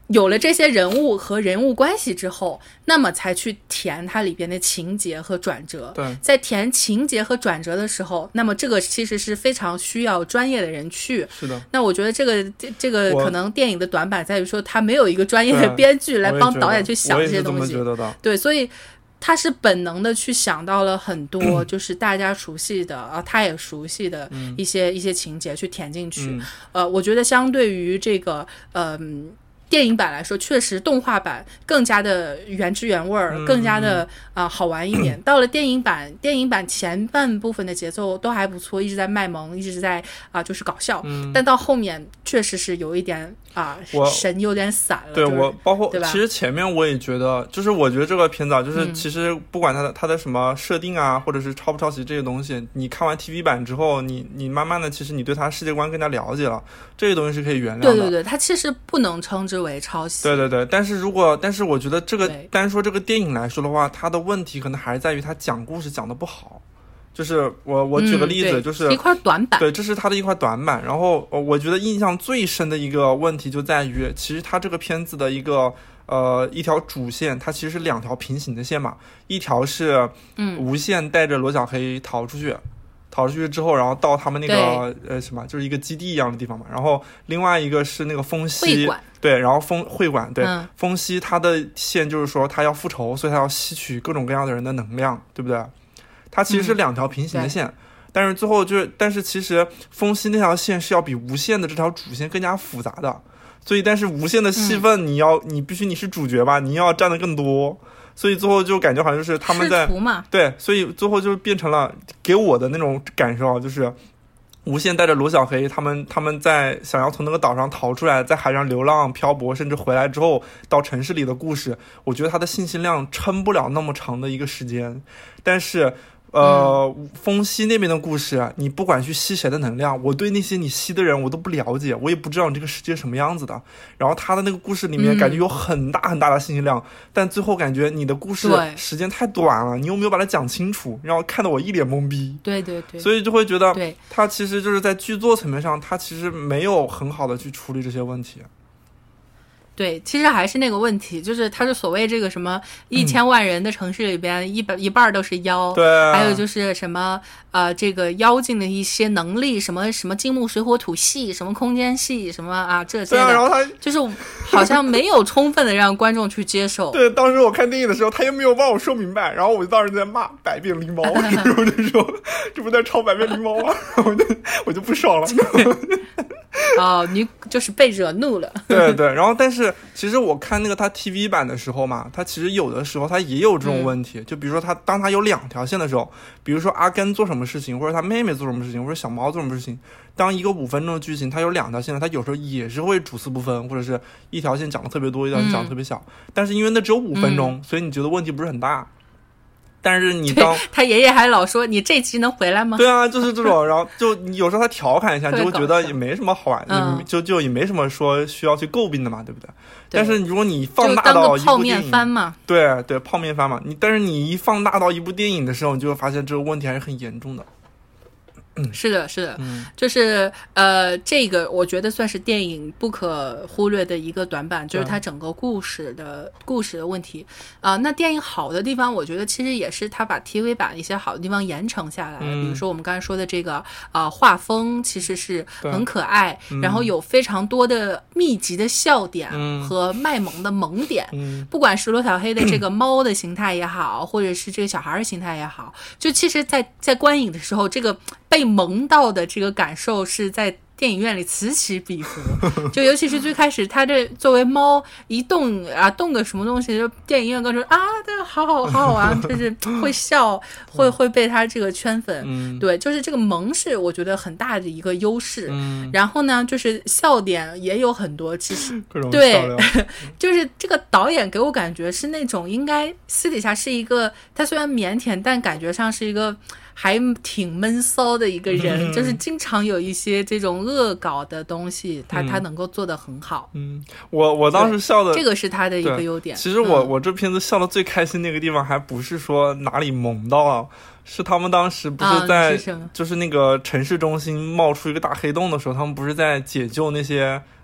有了这些人物和人物关系之后，那么才去填它里边的情节和转折。 对， 在填情节和转折的时候，那么这个其实是非常需要专业的人去。 是的。 那我觉得这个这这个可能电影的短板在于说，它没有一个专业的编剧来帮导演去想这些东西。 我也是这么觉得的。 对，所以他是本能的去想到了很多就是大家熟悉的啊，他也熟悉的一些、嗯、一些情节去填进去。 嗯、 呃，我觉得相对于这个嗯。呃电影版来说，确实动画版更加的原汁原味儿、嗯，更加的啊、呃、好玩一点。到了电影版，电影版前半部分的节奏都还不错，一直在卖萌，一直在啊、呃、就是搞笑、嗯。但到后面确实是有一点啊、呃、神有点散了。 对、 就是、 我包括对吧？ 其实前面我也觉得，就是我觉得这个片子啊，就是其实不管它的、嗯、它的什么设定啊，或者是抄不抄袭这些东西，你看完 T V 版之后，你你慢慢的其实你对它世界观更加了解了，这些东西是可以原谅的。 对对对，它其实不能称之为抄袭。 对对对，但是如果但是我觉得这个单说这个电影来说的话，它的问题可能还是在于它讲故事讲的不好。就是我我举个例子、嗯、就是一块短板， 对，这是它的一块短板。然后我觉得印象最深的一个问题就在于，其实它这个片子的一个呃一条主线，它其实是两条平行的线嘛，一条是嗯无限带着罗小黑逃出去。嗯逃出去之后，然后到他们那个呃什么，就是一个基地一样的地方嘛。然后另外一个是那个风息，对，然后风会馆，对，嗯、风息他的线就是说他要复仇，所以他要吸取各种各样的人的能量，对不对？它其实是两条平行的线，嗯、但是最后就是，但是其实风息那条线是要比无限的这条主线更加复杂的，所以但是无限的戏份你要、嗯、你必须你是主角吧，你要占的更多。所以最后就感觉好像就是他们在对，所以最后就变成了给我的那种感受，就是无限带着罗小黑他们他们在想要从那个岛上逃出来，在海上流浪漂泊，甚至回来之后到城市里的故事，我觉得它的信息量撑不了那么长的一个时间，但是。呃，风息那边的故事，你不管去吸谁的能量，我对那些你吸的人我都不了解，我也不知道你这个世界什么样子的。然后他的那个故事里面感觉有很大很大的信息量，嗯、但最后感觉你的故事时间太短了，你又没有把它讲清楚，然后看得我一脸懵逼。 对对对， 所以就会觉得，他其实就是在剧作层面上，他其实没有很好的去处理这些问题。 对，其实还是那个问题，就是它是所谓这个什么一千万人的城市里边，嗯、一百一半都是妖， 对， 还有就是什么呃，这个妖精的一些能力，什么什么金木水火土系，什么空间系，什么啊这些的， 对啊，然后他就是好像没有充分的让观众去接受。 对，当时我看电影的时候，他又没有帮我说明白，然后我就当时在骂百变狸猫，然后就说这不在抄百变狸猫吗？然后我就我就不爽了。 哦，你就是被惹怒了。 对对，然后但是其实我看那个他 T V 版的时候嘛，他其实有的时候他也有这种问题，嗯、就比如说他当他有两条线的时候，比如说阿甘做什么事情，或者他妹妹做什么事情，或者小猫做什么事情，当一个五分钟的剧情他有两条线，他有时候也是会主次不分，或者是一条线讲的特别多，一条线讲的特别小，嗯、但是因为那只有五分钟，嗯、所以你觉得问题不是很大。但是你当他爷爷还老说你这集能回来吗？ 对啊，就是这种，然后就有时候他调侃一下，就会觉得也没什么好玩， 嗯、 就就也没什么说需要去诟病的嘛，对不对？对，但是如果你放大到一部电影， 泡面番嘛， 对对，泡面番嘛，你但是你一放大到一部电影的时候，你就会发现这个问题还是很严重的。 嗯，是的，是的， 嗯、 就是呃，这个我觉得算是电影不可忽略的一个短板，就是它整个故事的故事的问题啊、呃。那电影好的地方，我觉得其实也是它把 T V 版一些好的地方延承下来， 嗯、 比如说我们刚才说的这个啊、呃，画风其实是很可爱，然后有非常多的密集的笑点和卖萌的萌点， 嗯、 不管是罗小黑的这个猫的形态也好，或者是这个小孩的形态也好，就其实在在观影的时候，这个被萌到的这个感受是在电影院里此起彼伏，就尤其是最开始他这作为猫一动啊动个什么东西，就电影院观众啊，对，好好好好玩，就是会笑，会会被他这个圈粉、 嗯， 对，就是这个萌是我觉得很大的一个优势。 嗯， 然后呢，就是笑点也有很多，其实各种对，就是这个导演给我感觉是那种应该私底下是一个，他虽然腼腆，但感觉上是一个。还挺闷骚的一个人、嗯、就是经常有一些这种恶搞的东西他、嗯、他能够做得很好。 嗯，我我当时笑的这个是他的一个优点。 其实我、 嗯、 我这片子笑的最开心那个地方还不是说哪里萌到了，是他们当时不是在、 啊、是就是那个城市中心冒出一个大黑洞的时候，他们不是在解救那些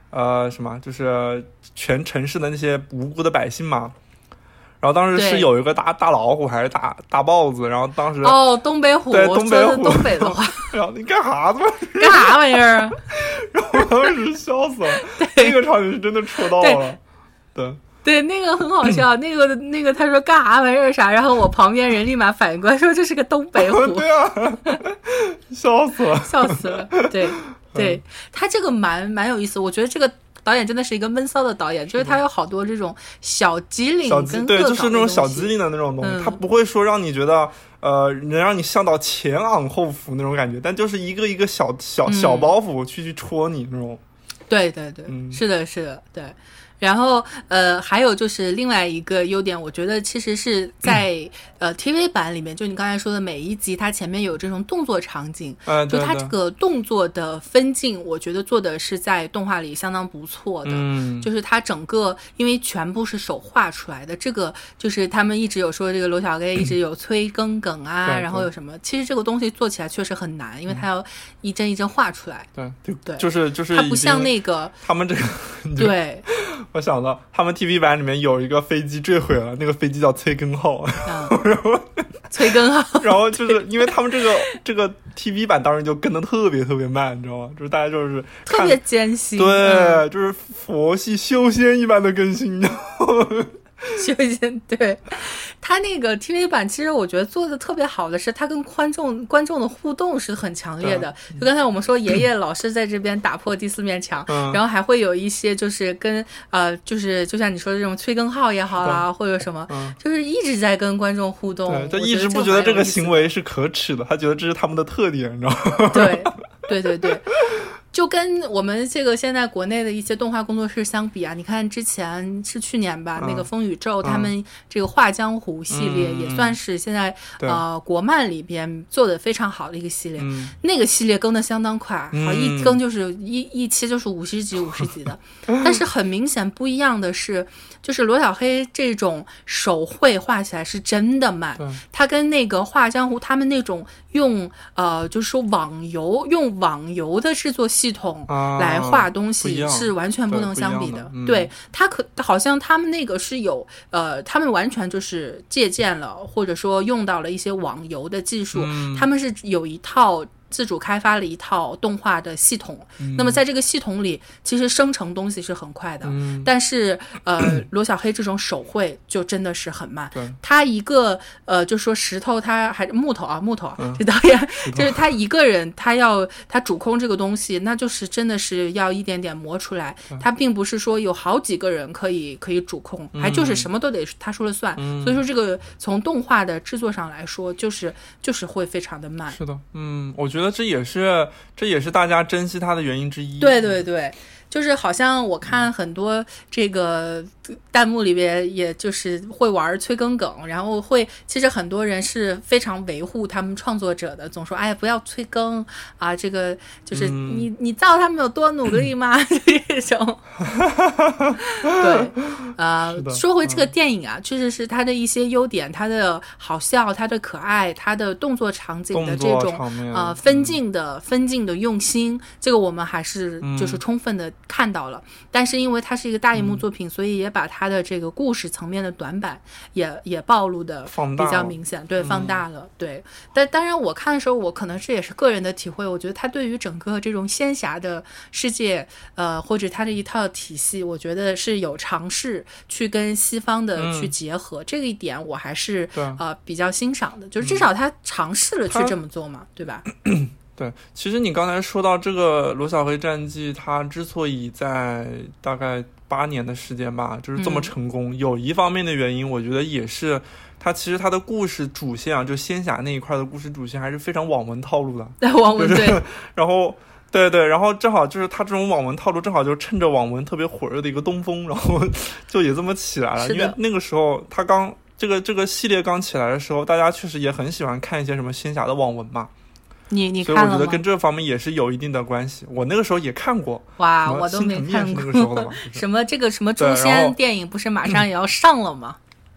呃什么，就是全城市的那些无辜的百姓嘛。然后当时是有一个大大老虎还是大大豹子，然后当时哦东北虎， 对东北虎， 东北的话， 然后你干啥子？ 干啥玩意儿？ 然后我当时笑死了，那个场景是真的戳到了，对。 对，那个很好笑，那个那个他说干啥玩意儿啥，然后我旁边人立马反应过来说这是个东北虎， 对啊，笑死了， 笑死了，对对，嗯、他这个蛮蛮有意思，我觉得这个导演真的是一个闷骚的导演，就是他有好多这种小机灵跟对，就是那种小机灵的那种东西，嗯、他不会说让你觉得呃能让你笑到前昂后俯那种感觉，但就是一个一个小小小包袱去、嗯、去戳你那种， 对对对，嗯、是的是的，对。然后呃还有就是另外一个优点，我觉得其实是在、嗯、呃 T V 版里面，就你刚才说的每一集它前面有这种动作场景， 呃、 就它这个动作的分镜我觉得做的是在动画里相当不错的、 嗯、 就是它整个因为全部是手画出来的，这个就是他们一直有说这个罗小黑一直有催更梗啊、嗯、然后有什么，其实这个东西做起来确实很难，因为它要一帧一帧画出来， 对对对， 就是就是它不像那个他们这个对我想到他们 T V 版里面有一个飞机坠毁了，那个飞机叫催更号、嗯、然后催更号然后就是因为他们这个这个 T V 版当时就跟得特别特别慢，你知道吗？就是大家就是特别艰辛， 对、 嗯、 就是佛系修仙一般的更新修仙，对，他那个 T V 版其实我觉得做的特别好的是他跟观众观众的互动是很强烈的，就刚才我们说爷爷老是在这边打破第四面墙、嗯、然后还会有一些就是跟呃就是就像你说的这种催更号也好啦或者什么、嗯、就是一直在跟观众互动， 对，他一直不觉得这个行为是可耻的，他觉得这是他们的特点，你知道吗？ 对对对对，就跟我们这个现在国内的一些动画工作室相比啊，你看之前是去年吧、嗯、那个风宇宙、嗯、他们这个画江湖系列也算是现在、嗯、呃国漫里边做的非常好的一个系列、嗯、那个系列更的相当快、嗯、好一更就是一一期就是五十集五十集的但是很明显不一样的是，就是罗小黑这种手绘画起来是真的慢，他跟那个画江湖他们那种用呃就是说网游用网游的制作系统来画东西是完全不能相比的、啊对, 对、嗯、他可好像他们那个是有呃他们完全就是借鉴了或者说用到了一些网游的技术、嗯、他们是有一套自主开发了一套动画的系统、嗯、那么在这个系统里其实生成东西是很快的、嗯、但是呃罗小黑这种手绘就真的是很慢，他一个呃就说石头他还木头啊木头啊、嗯、这导演就是他一个人他要他主控这个东西，那就是真的是要一点点磨出来，他并不是说有好几个人可以可以主控、嗯、还就是什么都得他说了算、嗯、所以说这个从动画的制作上来说就是就是会非常的慢， 是的，嗯，我觉得觉得这也是这也是大家珍惜它的原因之一。 对对对，就是好像我看很多这个弹幕里边也就是会玩催更梗，然后会其实很多人是非常维护他们创作者的，总说哎不要催更啊，这个就是你、嗯、你造他们有多努力吗这种对呃说回这个电影啊、嗯、确实是它的一些优点，它的好笑，它的可爱，它的动作场景的这种呃分镜的、嗯、分镜的用心，这个我们还是就是充分的看到了、嗯、但是因为它是一个大荧幕作品、嗯、所以也把它的这个故事层面的短板也也暴露的比较明显，对，放大了、嗯、对。但当然我看的时候，我可能这也是个人的体会，我觉得它对于整个这种仙侠的世界呃或者它的一套体系，我觉得是有尝试去跟西方的去结合、嗯、这个一点我还是呃比较欣赏的，就是至少他尝试了去这么做嘛、嗯、对吧对，其实你刚才说到这个罗小黑战记，它之所以在大概八年的时间吧，就是这么成功、嗯、有一方面的原因我觉得也是它其实它的故事主线啊，就仙侠那一块的故事主线还是非常网文套路的， 对网文、就是、对然后对对，然后正好就是它这种网文套路正好就趁着网文特别火热的一个东风，然后就也这么起来了。因为那个时候它刚这个这个系列刚起来的时候，大家确实也很喜欢看一些什么仙侠的网文嘛， 你你看了吗？ 所以我觉得跟这方面也是有一定的关系。我那个时候也看过， 哇，我都没看过。 那个时候的嘛、 就是、什么这个什么诛仙电影不是马上也要上了吗？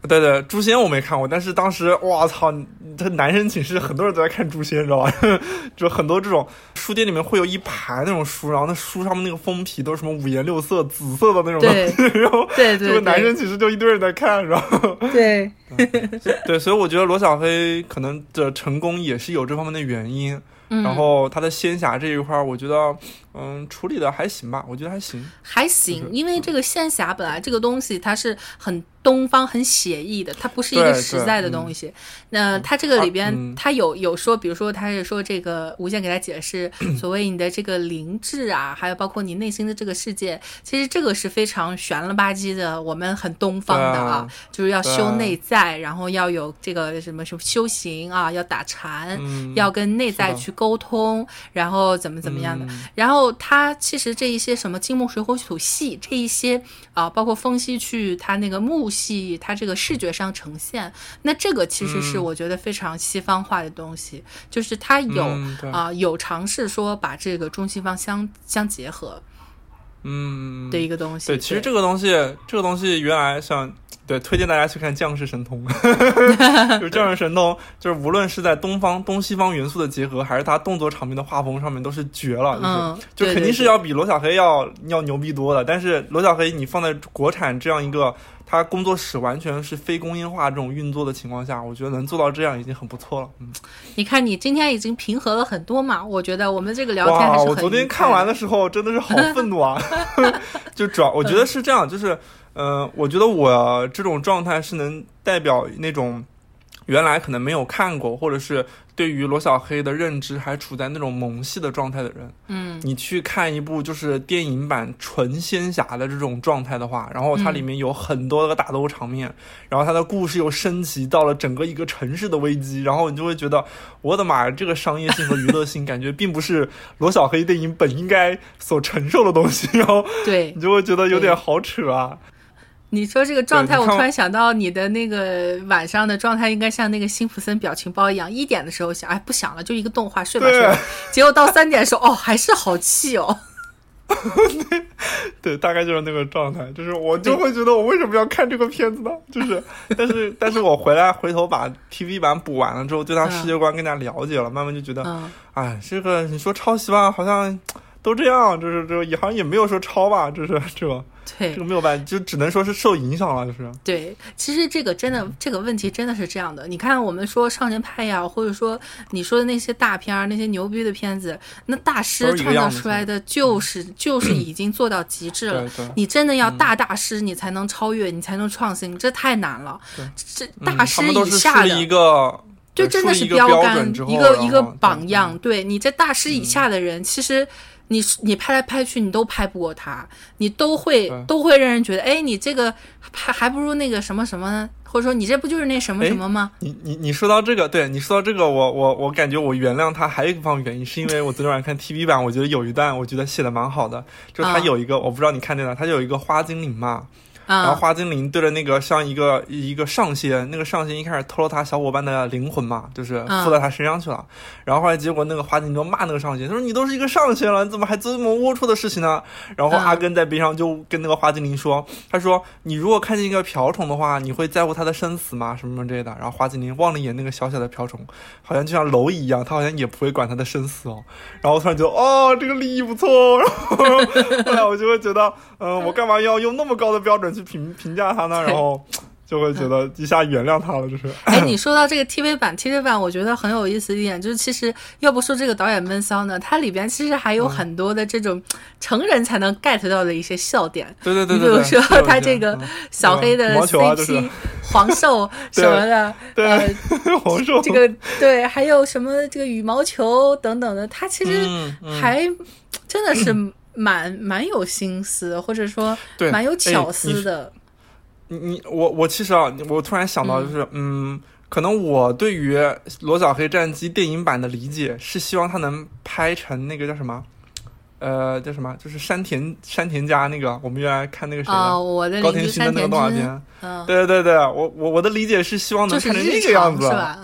对对，诛仙我没看过，但是当时哇操，这男生寝室很多人都在看诛仙，你知道吧？就很多这种书店里面会有一排那种书，然后那书上面那个封皮都是什么五颜六色、紫色的那种东西，然后对对， 这个男生寝室就一堆人在看，然后对对，所以我觉得罗小黑可能的成功也是有这方面的原因。然后他的仙侠这一块我觉得嗯处理的还行吧，我觉得还行还行、就是、因为这个仙侠本来这个东西它是很东方很写意的，它不是一个实在的东西。那它这个里边、嗯、它有有说，比如说他是说这个无限给他解释所谓你的这个灵智啊，还有包括你内心的这个世界，其实这个是非常玄了吧唧的，我们很东方的啊，啊就是要修内在，然后要有这个什么什么修行啊，要打禅、嗯、要跟内在去沟通，然后怎么怎么样的、嗯、然后它其实这一些什么金木水火土系这一些啊，包括风息去它那个木系它这个视觉上呈现，那这个其实是我觉得非常西方化的东西、嗯、就是它有、嗯呃、有尝试说把这个中西方相相结合嗯的一个东西。 对，其实这个东西这个东西原来像对推荐大家去看降世神通就是降世神通就是无论是在东方东西方元素的结合，还是它动作场面的画风上面都是绝了，就是、嗯、就肯定是要比罗小黑要要牛逼多的。但是罗小黑你放在国产这样一个他工作室完全是非工业化这种运作的情况下，我觉得能做到这样已经很不错了。嗯， 你看你今天已经平和了很多嘛，我觉得我们这个聊天还是很愉快的。 哇，我昨天看完的时候真的是好愤怒啊就主要我觉得是这样，就是呃，我觉得我这种状态是能代表那种原来可能没有看过，或者是对于罗小黑的认知还处在那种萌系的状态的人， 嗯， 你去看一部就是电影版纯仙侠的这种状态的话，然后它里面有很多个打斗场面、嗯、然后它的故事又升级到了整个一个城市的危机，然后你就会觉得我的妈呀，这个商业性和娱乐性感觉并不是罗小黑电影本应该所承受的东西，然后对你就会觉得有点好扯啊。 你说这个状态，我突然想到你的那个晚上的状态应该像那个辛普森表情包一样，一点的时候想哎不想了就一个动画睡吧睡吧，结果到三点的时候哦还是好气哦对, 对大概就是那个状态，就是我就会觉得我为什么要看这个片子呢，就是但是但是我回来回头把 T V 版补完了之后，对他世界观更加了解了、嗯、慢慢就觉得哎、嗯，这个你说抄袭吧好像都这样，就是这也好像也没有说抄吧，就是这个对， 这个没有办法，就只能说是受影响了，就是对。其实这个真的这个问题真的是这样的，你看我们说少年派呀，或者说你说的那些大片那些牛逼的片子，那大师创造出来的就是就是已经做到极致了你真的要大大师你才能超越、嗯、你才能创新，这太难了。这大师以下的、 嗯、一个就真的是标杆，一个一个榜样、嗯、对你这大师以下的人、嗯、其实你你拍来拍去你都拍不过他，你都会都会让人觉得哎你这个还还不如那个什么什么呢，或者说你这不就是那什么什么吗？ 你你你说到这个，对你说到这个我我我感觉我原谅他还有一个方面原因，是因为我昨天晚上看 T V 版我觉得有一段我觉得写的蛮好的，就他有一个、哦、我不知道你看这段，他就有一个花精灵嘛，然后花精灵对着那个像一个一个上仙，那个上仙一开始偷了他小伙伴的灵魂嘛，就是附到他身上去了、嗯、然后后来结果那个花精灵就骂那个上仙，他说你都是一个上仙了，你怎么还做这么龌龊的事情呢？然后阿根在边上就跟那个花精灵说，他说你如果看见一个瓢虫的话你会在乎他的生死吗，什么什么之类的。然后花精灵望了一眼那个小小的瓢虫，好像就像蝼蚁一样，他好像也不会管他的生死哦。然后我突然觉得哦这个立意不错，然后后来我就会觉得嗯、呃，我干嘛要用那么高的标准去评评价他呢，然后就会觉得一下原谅他了，就是哎，你说到这个 T V 版 T V 版我觉得很有意思的一点就是，其实要不说这个导演闷骚呢，它里边其实还有很多的这种成人才能 get 到的一些笑点。 对对对对， 比如说他这个小黑的 C P、啊就是、黄兽什么的对、 呃、 黄兽这个对，还有什么这个羽毛球等等的，他其实还真的是蛮蛮有心思，或者说蛮有巧思的。 你你我我其实啊，我突然想到就是，嗯，嗯可能我对于《罗小黑战记》电影版的理解是希望它能拍成那个叫什么，呃，叫什么，就是山田山田家那个，我们原来看那个谁的、 哦、我的高田勋的那个动画片， 嗯， 对对对对，我我我的理解是希望能看成那个样子， 是吧？嗯，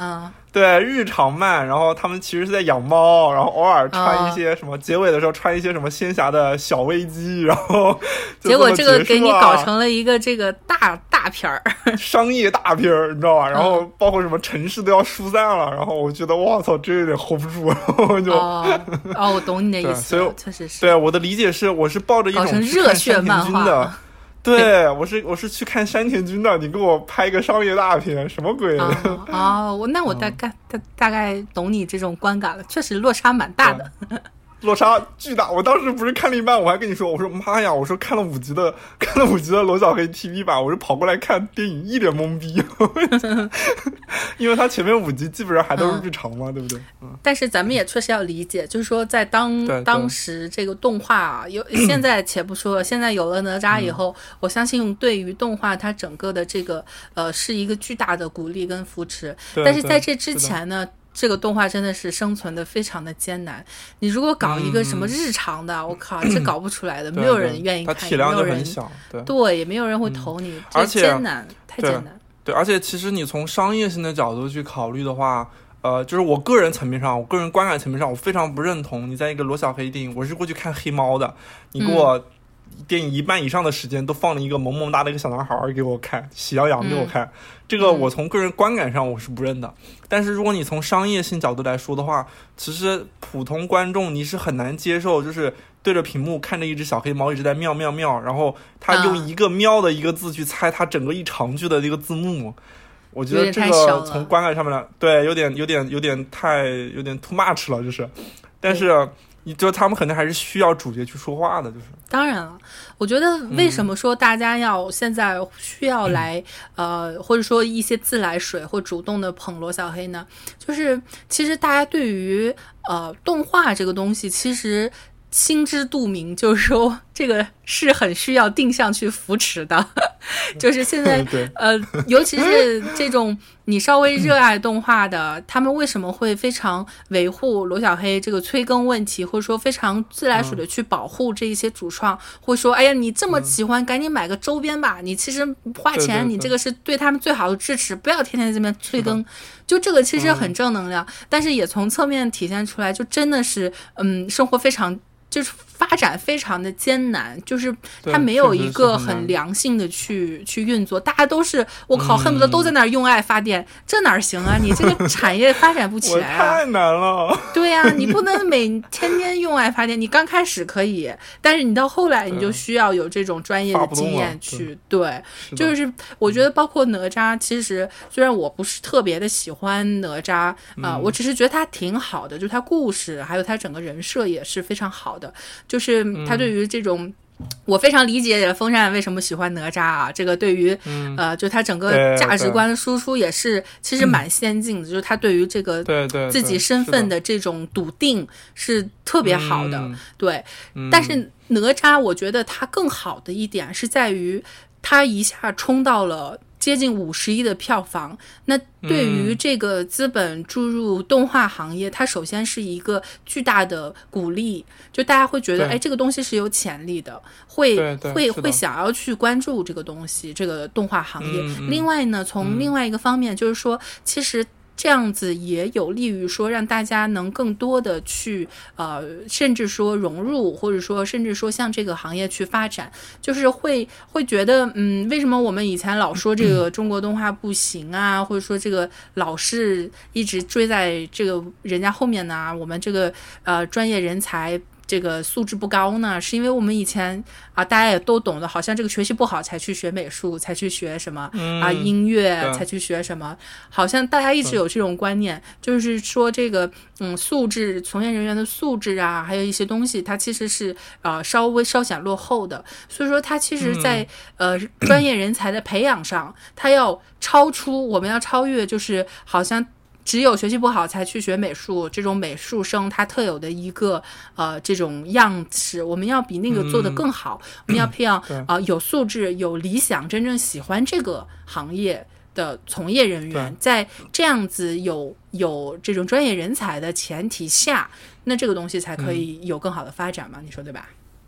对，日常漫，然后他们其实是在养猫，然后偶尔穿一些什么，哦、结尾的时候穿一些什么仙侠的小危机，然后结果这个给你搞成了一个这个大大片儿， 商业大片儿，你知道吧？然后包括什么城市都要疏散了，然后我觉得哇操，这有点 hold 不住，然后就哦哦，我懂你的意思， 所以确实是。 对我的理解是，我是抱着一种热血漫画的。对，我是我是去看山田君的，你给我拍一个商业大片，什么鬼？ 哦，哦我那我大概、嗯、大大概懂你这种观感了，确实落差蛮大的。 落差巨大，我当时不是看了一半，我还跟你说，我说妈呀，我说看了五集的，看了五集的罗小黑 T V 版，我就跑过来看电影，一脸懵逼，因为他前面五集基本上还都是日常嘛，嗯、对不对？嗯。 但是咱们也确实要理解，就是说在当当时这个动画啊，有现在且不说了，现在有了哪吒以后，嗯、我相信对于动画它整个的这个呃是一个巨大的鼓励跟扶持。但是在这之前呢？这个动画真的是生存的非常的艰难，你如果搞一个什么日常的，嗯、我靠，这搞不出来的，没有人愿意看， 它体量就很小， 对，对，也没有人会投你， 嗯、而且艰难，太艰难。 对，而且其实你从商业性的角度去考虑的话，呃，就是我个人层面上，我个人观感层面上，我非常不认同你在一个罗小黑电影，我是过去看黑猫的，你给我。嗯电影一半以上的时间都放了一个萌萌哒的一个小男孩给我看，喜羊羊给我看、嗯、这个我从个人观感上我是不认的、嗯、但是如果你从商业性角度来说的话，其实普通观众你是很难接受，就是对着屏幕看着一只小黑猫一直在喵喵喵，然后他用一个喵的一个字去猜他整个一长句的一个字幕，我觉得这个从观感上面来，对，有点有点有点太有点 too much 了，就是但是你就他们可能还是需要主角去说话的，就是当然了，我觉得为什么说大家要现在需要来、嗯、呃，或者说一些自来水或主动的捧罗小黑呢？就是其实大家对于呃动画这个东西，其实心知肚明，就是说这个是很需要定向去扶持的。就是现在呃，尤其是这种你稍微热爱动画的，他们为什么会非常维护罗小黑这个催更问题，或者说非常自来水的去保护这一些主创，嗯、或者说哎呀你这么喜欢，赶紧买个周边吧，你其实花钱，你这个是对他们最好的支持，不要天天在这边催更，就这个其实很正能量，嗯、但是也从侧面体现出来，就真的是嗯，生活非常。就是发展非常的艰难，就是它没有一个很良性的去去运作，大家都是我靠，恨不得都在那儿用爱发电，嗯、这哪行啊？你这个产业发展不起来啊！ 太难了。 对呀、啊，你不能每天天用爱发电，你刚开始可以，但是你到后来你就需要有这种专业的经验去，对，对就是我觉得包括哪吒，其实虽然我不是特别的喜欢哪吒啊、嗯呃，我只是觉得他挺好的，就是他故事还有他整个人设也是非常好的。就是他对于这种、嗯、我非常理解风扇为什么喜欢哪吒啊，这个对于、嗯、呃就他整个价值观的输出也是其实蛮先进的、嗯、就是他对于这个自己身份的这种笃定是特别好的、嗯、对、嗯、但是哪吒我觉得他更好的一点是在于他一下冲到了接近五十亿的票房，那对于这个资本注入动画行业、嗯、它首先是一个巨大的鼓励，就大家会觉得哎，这个东西是有潜力的，会会会想要去关注这个东西，这个动画行业、嗯、另外呢从另外一个方面、嗯、就是说其实这样子也有利于说让大家能更多的去呃，甚至说融入，或者说甚至说向这个行业去发展，就是会会觉得嗯，为什么我们以前老说这个中国动画不行啊，或者说这个老是一直追在这个人家后面呢？我们这个呃专业人才这个素质不高呢，是因为我们以前啊，大家也都懂的，好像这个学习不好才去学美术，才去学什么、嗯、啊音乐，才去学什么，好像大家一直有这种观念，就是说这个嗯素质，从业人员的素质啊，还有一些东西，它其实是呃稍微稍显落后的，所以说它其实在、嗯、呃专业人才的培养上，它要超出，我们要超越，就是好像。只有学习不好才去学美术，这种美术生他特有的一个呃这种样式，我们要比那个做得更好、嗯、我们要培养啊、呃、有素质、有理想、真正喜欢这个行业的从业人员，在这样子有有这种专业人才的前提下，那这个东西才可以有更好的发展嘛、嗯、你说对吧？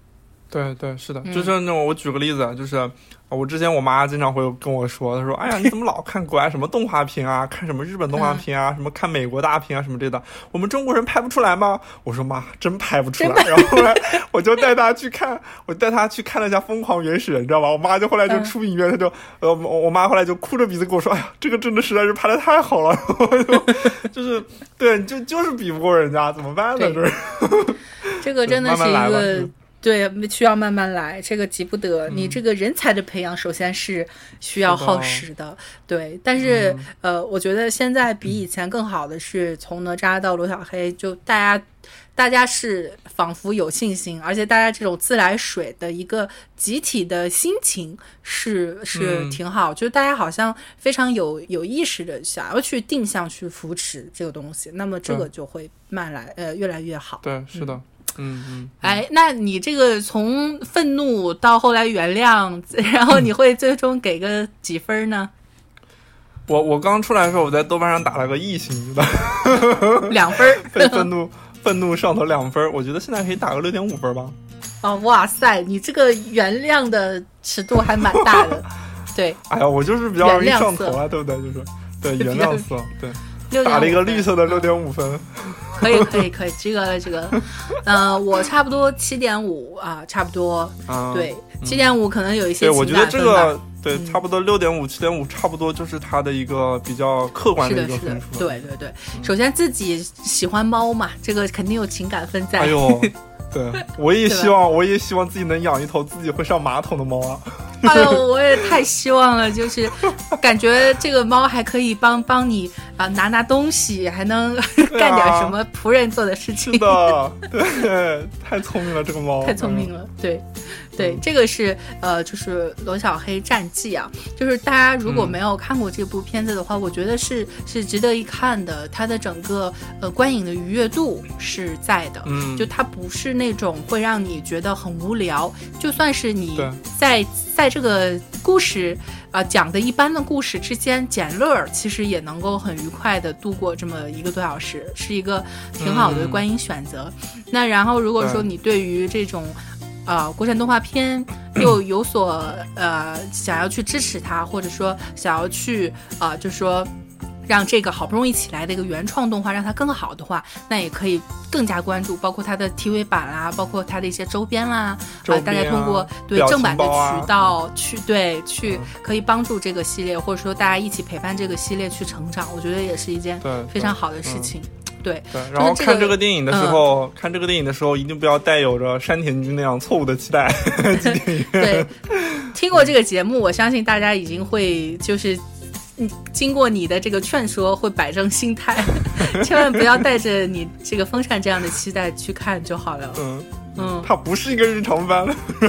对对，是的，就是那种我举个例子，就是我之前我妈经常会跟我说，她说：“哎呀，你怎么老看国外什么动画片啊，看什么日本动画片啊，嗯、什么看美国大片啊什么之类的，我们中国人拍不出来吗？”我说：“妈，真拍不出来。”然后后来我就带她去看，我带她去看了一下《疯狂原始人》，你知道吧？我妈就后来就出影院，她就呃，我妈后来就哭着鼻子跟我说：“哎呀，这个真的实在是拍得太好了。”就就是对，就就是比不过人家，怎么办呢？这这个真的是一个。对，需要慢慢来，这个急不得。嗯、你这个人才的培养，首先是需要耗时的。对，但是、嗯、呃，我觉得现在比以前更好的是，从哪吒到罗小黑，就大家大家是仿佛有信心，而且大家这种自来水的一个集体的心情是是挺好，嗯、就是大家好像非常有有意识的想要去定向去扶持这个东西，那么这个就会慢来呃越来越好。 对，是的。嗯嗯嗯， 哎，那你这个从愤怒到后来原谅，然后你会最终给个几分呢？ 我我刚出来的时候，我在豆瓣上打了个一星，你知道两分， 被愤怒愤怒上头两分，我觉得现在可以打个六点五分吧。 哦，哇塞，你这个原谅的尺度还蛮大的。对， 哎呀，我就是比较容易上头啊，对不对？就是对原谅色，对，打了一个绿色的六点五分。 可以可以可以，这个这个，呃，我差不多七点五啊，差不多，啊、对，七点五可能有一些对，我觉得这个对、嗯、差不多六点五、七点五，差不多就是它的一个比较客观的一个分数。 对对对，嗯、首先自己喜欢猫嘛，这个肯定有情感分在。 哎呦，对，我也希望，我也希望自己能养一头自己会上马桶的猫啊。 哎呦，我也太希望了，就是感觉这个猫还可以帮帮你啊、呃、拿拿东西，还能干点什么仆人做的事情。 是的，对，太聪明了，这个猫太聪明了，对。对，这个是呃，就是罗小黑战记啊，就是大家如果没有看过这部片子的话，嗯、我觉得是是值得一看的。它的整个呃观影的愉悦度是在的，嗯，就它不是那种会让你觉得很无聊，就算是你在在这个故事啊、呃、讲的一般的故事之间捡乐，其实也能够很愉快的度过这么一个多小时，是一个挺好的观影选择。嗯、那然后如果说你对于这种呃，国产动画片又有所呃想要去支持它，或者说想要去呃，就是说让这个好不容易起来的一个原创动画让它更好的话，那也可以更加关注，包括它的 T V 版啦，包括它的一些周边啦，啊、呃，大家通过对正版的渠道去、啊、对去可以帮助这个系列，或者说大家一起陪伴这个系列去成长，我觉得也是一件非常好的事情。对， 对，然后看这个电影的时候，嗯、看这个电影的时候，一定不要带有着山田君那样错误的期待。 对，听过这个节目，我相信大家已经会就是经过你的这个劝说，会摆正心态，千万不要带着你这个风扇这样的期待去看就好了。 嗯嗯，它不是一个日常番。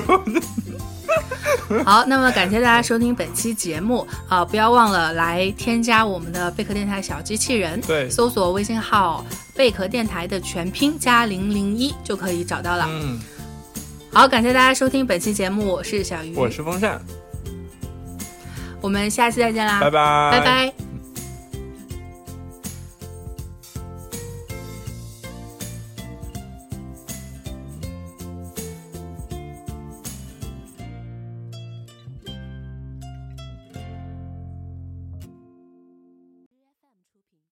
好，那么感谢大家收听本期节目啊、呃！不要忘了来添加我们的贝壳电台小机器人， 对， 搜索微信号贝壳电台的全拼加零零一就可以找到了。 嗯， 好，感谢大家收听本期节目，我是小鱼， 我是风扇， 我们下期再见啦， 拜拜， 拜拜。